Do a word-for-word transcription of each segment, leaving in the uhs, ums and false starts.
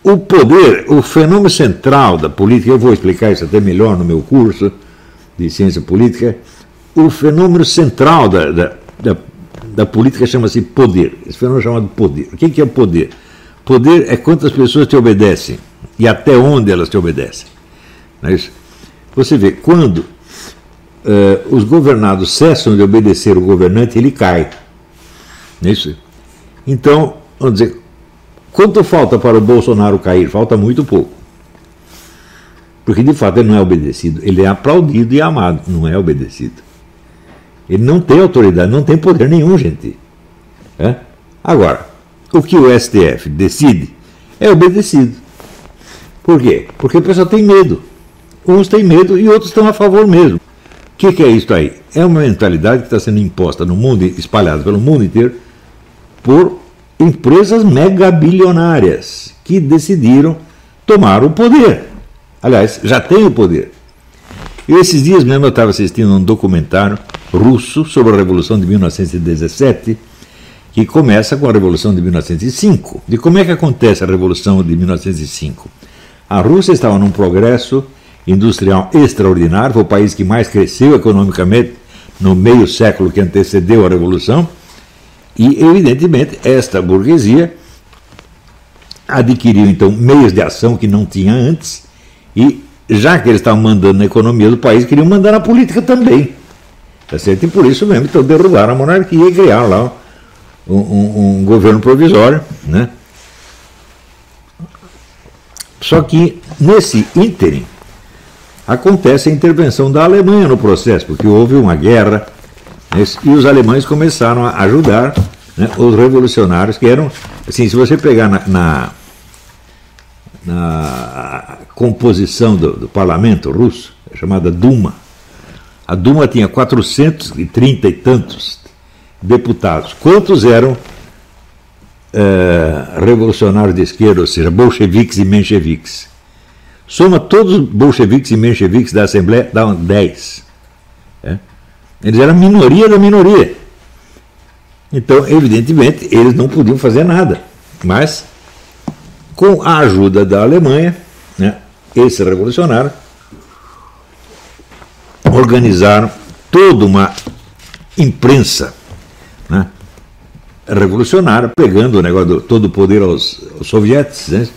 o poder, o fenômeno central da política, eu vou explicar isso até melhor no meu curso de ciência política, o fenômeno central da, da, da, da política chama-se poder. Esse fenômeno é chamado poder. O que é poder? Poder é quantas pessoas te obedecem e até onde elas te obedecem. Não é isso? Você vê, quando uh, os governados cessam de obedecer o governante, ele cai. Não é isso? Então, vamos dizer, quanto falta para o Bolsonaro cair? Falta muito pouco. Porque, de fato, ele não é obedecido. Ele é aplaudido e amado, não é obedecido. Ele não tem autoridade, não tem poder nenhum, gente. É? Agora, o que o S T F decide é obedecido. Por quê? Porque o pessoal tem medo. Uns têm medo e outros estão a favor mesmo. O que, que é isso aí? É uma mentalidade que está sendo imposta no mundo, espalhada pelo mundo inteiro, por empresas megabilionárias que decidiram tomar o poder. Aliás, já tem o poder. E esses dias mesmo eu estava assistindo um documentário russo sobre a Revolução de mil novecentos e dezessete, que começa com a Revolução de mil novecentos e cinco. De como é que acontece a Revolução de mil novecentos e cinco? A Rússia estava num progresso industrial extraordinário, foi o país que mais cresceu economicamente no meio século que antecedeu a Revolução, e, evidentemente, esta burguesia adquiriu, então, meios de ação que não tinha antes, e, já que eles estavam mandando na economia do país, queriam mandar na política também. Tá certo? E por isso mesmo, então, derrubaram a monarquia e criaram lá um, um, um governo provisório, né? Só que, nesse ínterim, acontece a intervenção da Alemanha no processo, porque houve uma guerra, né, e os alemães começaram a ajudar, né, os revolucionários, que eram, assim, se você pegar na, na, na composição do, do parlamento russo, chamada Duma, a Duma tinha quatrocentos e trinta e tantos deputados. Quantos eram é, revolucionários de esquerda, ou seja, bolcheviques e mencheviques? Soma todos os bolcheviques e mencheviques da Assembleia, davam dez. É? Eles eram a minoria da minoria. Então, evidentemente, eles não podiam fazer nada. Mas, com a ajuda da Alemanha, né, esses revolucionários organizaram toda uma imprensa, né, revolucionária, pegando o negócio do, todo o poder aos, aos sovietes, né?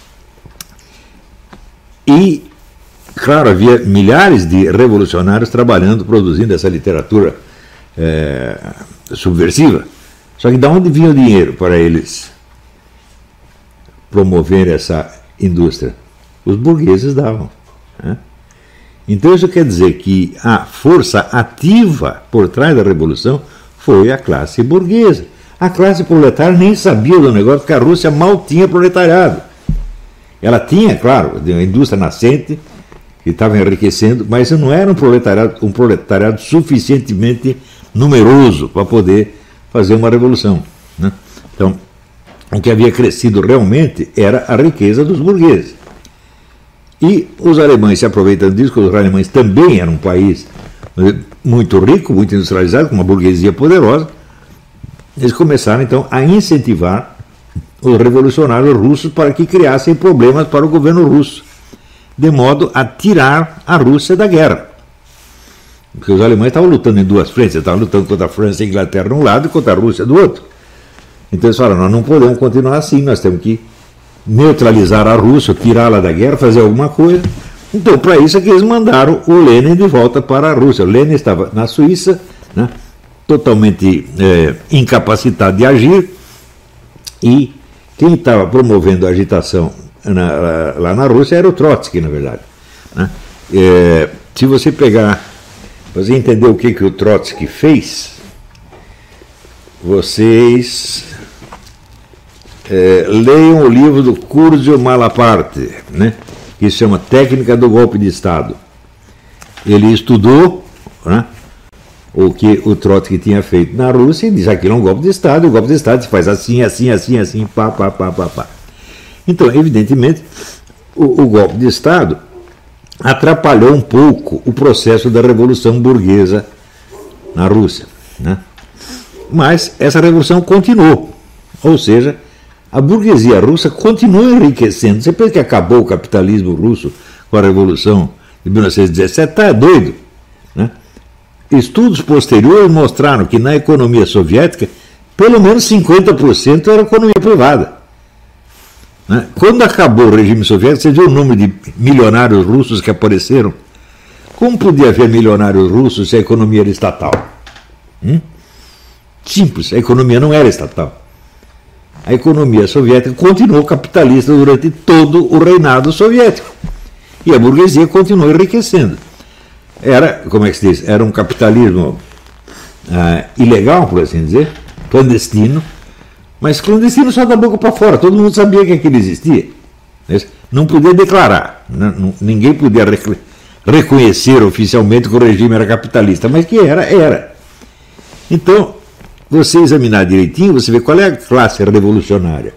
E, claro, havia milhares de revolucionários trabalhando, produzindo essa literatura é, subversiva. Só que de onde vinha o dinheiro para eles promover essa indústria? Os burgueses davam. Né? Então isso quer dizer que a força ativa por trás da Revolução foi a classe burguesa. A classe proletária nem sabia do negócio, porque a Rússia mal tinha proletariado. Ela tinha, claro, uma indústria nascente que estava enriquecendo, mas não era um proletariado, um proletariado suficientemente numeroso para poder fazer uma revolução. Né? Então, o que havia crescido realmente era a riqueza dos burgueses. E os alemães se aproveitando disso, porque os alemães também eram um país muito rico, muito industrializado, com uma burguesia poderosa, eles começaram então a incentivar os revolucionários russos para que criassem problemas para o governo russo, de modo a tirar a Rússia da guerra. Porque os alemães estavam lutando em duas frentes, estavam lutando contra a França e a Inglaterra de um lado e contra a Rússia do outro. Então eles falaram, nós não podemos continuar assim, nós temos que neutralizar a Rússia, tirá-la da guerra, fazer alguma coisa. Então, para isso é que eles mandaram o Lenin de volta para a Rússia. O Lenin estava na Suíça, né, totalmente é, incapacitado de agir, e quem estava promovendo a agitação na, lá na Rússia era o Trotsky, na verdade. Né? É, se você pegar, você entender o que, que o Trotsky fez, vocês é, leiam o livro do Curzio Malaparte, né, que se chama Técnica do Golpe de Estado. Ele estudou, né, o que o Trotsky tinha feito na Rússia e diz, aquilo é um golpe de Estado, e o golpe de Estado se faz assim, assim, assim, assim, pá, pá, pá, pá, pá. Então, evidentemente, o, o golpe de Estado atrapalhou um pouco o processo da Revolução Burguesa na Rússia, né? Mas essa revolução continuou, ou seja, A burguesia russa continua enriquecendo. Você pensa que acabou o capitalismo russo com a Revolução de mil novecentos e dezessete? Está doido. Né? Estudos posteriores mostraram que na economia soviética, pelo menos cinquenta por cento era economia privada. Né? Quando acabou o regime soviético, você viu o número de milionários russos que apareceram? Como podia haver milionários russos se a economia era estatal? Hum? Simples, a economia não era estatal. A economia soviética continuou capitalista durante todo o reinado soviético. E a burguesia continuou enriquecendo. Era, como é que se diz, era um capitalismo ah, ilegal, por assim dizer, clandestino, mas clandestino só da boca para fora, todo mundo sabia que aquilo existia. Não podia declarar, não, ninguém podia rec- reconhecer oficialmente que o regime era capitalista, mas que era, era. Então, você examinar direitinho, você vê qual é a classe revolucionária.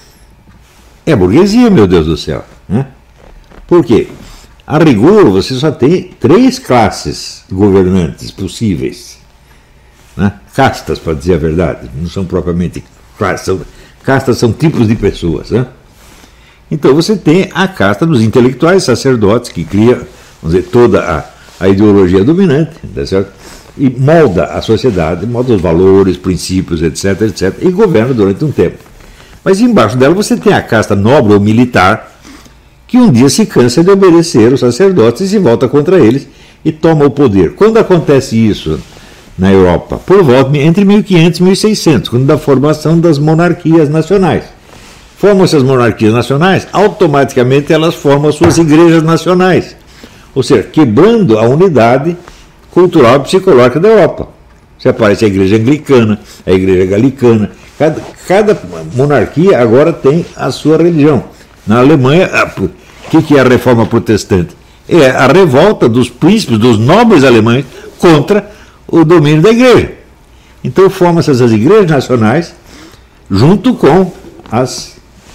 É a burguesia, meu Deus do céu. Né? Por quê? A rigor, você só tem três classes governantes possíveis. Né? Castas, para dizer a verdade. Não são propriamente classes. São, castas são tipos de pessoas. Né? Então você tem a casta dos intelectuais sacerdotes, que cria, vamos dizer, toda a, a ideologia dominante, tá certo? E molda a sociedade, molda os valores, princípios, etc, etcétera, e governa durante um tempo. Mas embaixo dela você tem a casta nobre ou militar, que um dia se cansa de obedecer os sacerdotes e se volta contra eles e toma o poder. Quando acontece isso na Europa? Por volta entre mil e quinhentos e mil e seiscentos, quando da formação das monarquias nacionais. Formam-se as monarquias nacionais, automaticamente elas formam as suas igrejas nacionais. Ou seja, quebrando a unidade cultural e psicológica da Europa. Você aparece a igreja anglicana, a igreja galicana. Cada, cada monarquia agora tem a sua religião. Na Alemanha, o que, que é a reforma protestante? É a revolta dos príncipes, dos nobres alemães, contra o domínio da igreja. Então formam-se as igrejas nacionais junto com as,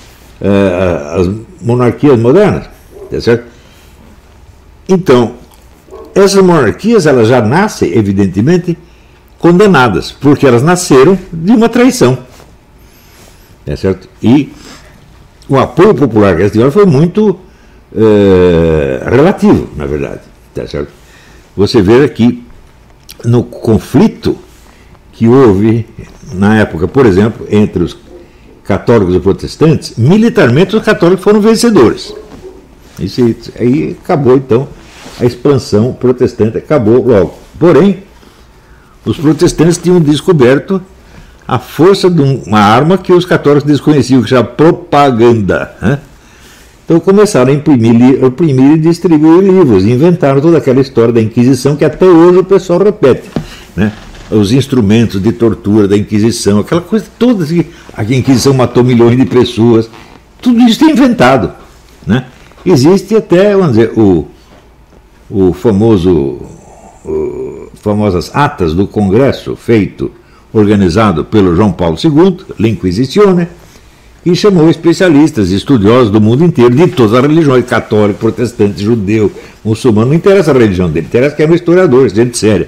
uh, as monarquias modernas. Tá certo? Então, essas monarquias elas já nascem, evidentemente, condenadas, porque elas nasceram de uma traição. Tá certo? E o apoio popular que elas tiveram foi muito é, relativo, na verdade. Tá certo? Você vê aqui no conflito que houve na época, por exemplo, entre os católicos e protestantes, militarmente os católicos foram vencedores. Isso aí acabou, então, a expansão protestante acabou logo. Porém, os protestantes tinham descoberto a força de uma arma que os católicos desconheciam, que chama propaganda. Né? Então começaram a imprimir, imprimir e distribuir livros, inventaram toda aquela história da Inquisição que até hoje o pessoal repete. Né? Os instrumentos de tortura da Inquisição, aquela coisa toda, que a Inquisição matou milhões de pessoas, tudo isso é inventado. Né? Existe até, vamos dizer, o, o famoso, o, famosas atas do Congresso feito organizado pelo João Paulo segundo, L'Inquisizione, e chamou especialistas, estudiosos do mundo inteiro, de todas as religiões, católico, protestante, judeu, muçulmano, não interessa a religião dele, interessa que eram historiadores, gente séria.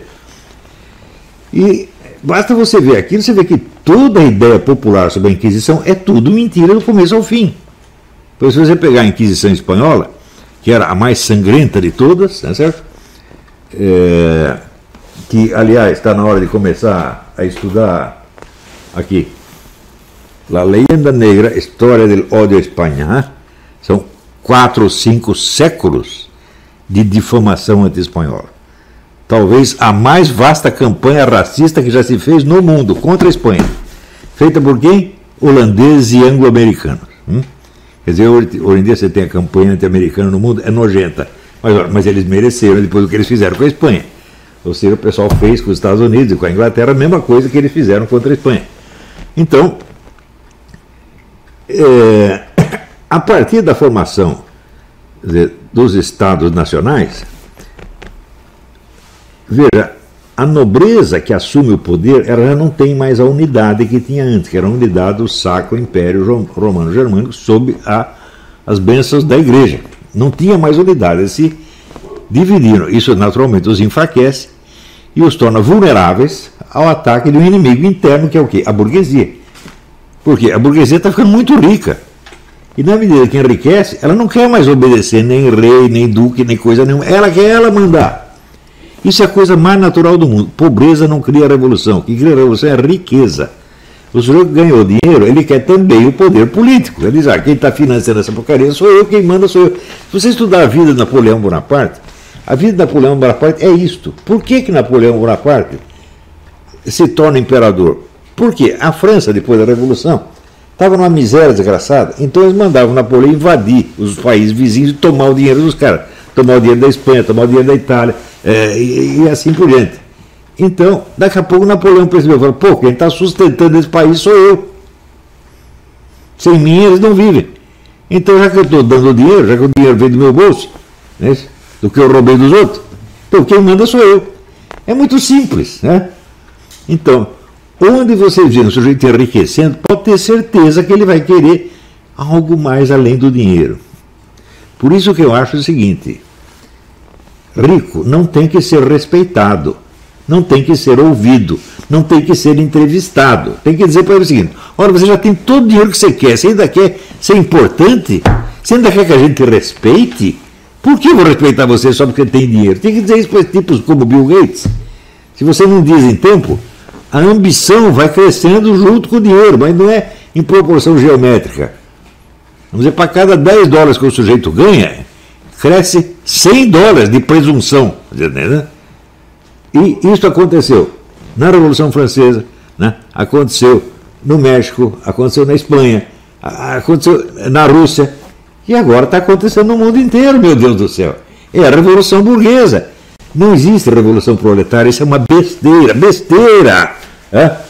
E basta você ver aquilo, você vê que toda a ideia popular sobre a Inquisição é tudo mentira do começo ao fim. Pois se você pegar a Inquisição espanhola, que era a mais sangrenta de todas, tá certo? É, que, aliás, está na hora de começar a estudar aqui, La Leyenda Negra, História del Odio à Espanha. Né? São quatro ou cinco séculos de difamação anti-espanhola. Talvez a mais vasta campanha racista que já se fez no mundo contra a Espanha. Feita por quem? Holandeses e anglo-americanos. Hum? Quer dizer, hoje, hoje em dia você tem a campanha anti-americana no mundo, é nojenta. Mas, mas eles mereceram depois do que eles fizeram com a Espanha. Ou seja, o pessoal fez com os Estados Unidos e com a Inglaterra a mesma coisa que eles fizeram contra a Espanha. Então, é, a partir da formação de, dos Estados nacionais, veja, a nobreza que assume o poder, ela já não tem mais a unidade que tinha antes, que era a unidade do Sacro Império Romano-Germânico sob a, as bênçãos da Igreja. Não tinha mais unidade, eles se dividiram. Isso naturalmente os enfraquece e os torna vulneráveis ao ataque de um inimigo interno, que é o quê? A burguesia. Por quê? A burguesia está ficando muito rica. E na medida que enriquece, ela não quer mais obedecer nem rei, nem duque, nem coisa nenhuma. Ela quer ela mandar. Isso é a coisa mais natural do mundo. Pobreza não cria revolução. O que cria revolução é riqueza. O sujeito que ganhou dinheiro, ele quer também o poder político. Ele diz, ah, quem está financiando essa porcaria sou eu, quem manda sou eu. Se você estudar a vida de Napoleão Bonaparte, a vida de Napoleão Bonaparte é isto. Por que que Napoleão Bonaparte se torna imperador? Porque a França, depois da Revolução, estava numa miséria desgraçada, então eles mandavam Napoleão invadir os países vizinhos e tomar o dinheiro dos caras. Tomar o dinheiro da Espanha, tomar o dinheiro da Itália, é, e, e assim por diante. Então, daqui a pouco Napoleão percebeu, falou, pô, quem está sustentando esse país sou eu. Sem mim eles não vivem. Então, já que eu estou dando dinheiro, já que o dinheiro vem do meu bolso, né, do que eu roubei dos outros, então quem manda sou eu. É muito simples, né? Então, onde você vê um sujeito enriquecendo, pode ter certeza que ele vai querer algo mais além do dinheiro. Por isso que eu acho o seguinte, rico não tem que ser respeitado, não tem que ser ouvido, não tem que ser entrevistado. Tem que dizer para ele o seguinte, olha, você já tem todo o dinheiro que você quer, você ainda quer ser importante? Você ainda quer que a gente respeite? Por que eu vou respeitar você só porque tem dinheiro? Tem que dizer isso para tipos como Bill Gates. Se você não diz em tempo, a ambição vai crescendo junto com o dinheiro, mas não é em proporção geométrica. Vamos dizer, para cada dez dólares que o sujeito ganha, cresce cem dólares de presunção. Né? E isso aconteceu na Revolução Francesa, né? Aconteceu no México, aconteceu na Espanha, aconteceu na Rússia, e agora está acontecendo no mundo inteiro, meu Deus do céu. É a Revolução Burguesa. Não existe revolução proletária, isso é uma besteira, besteira! É?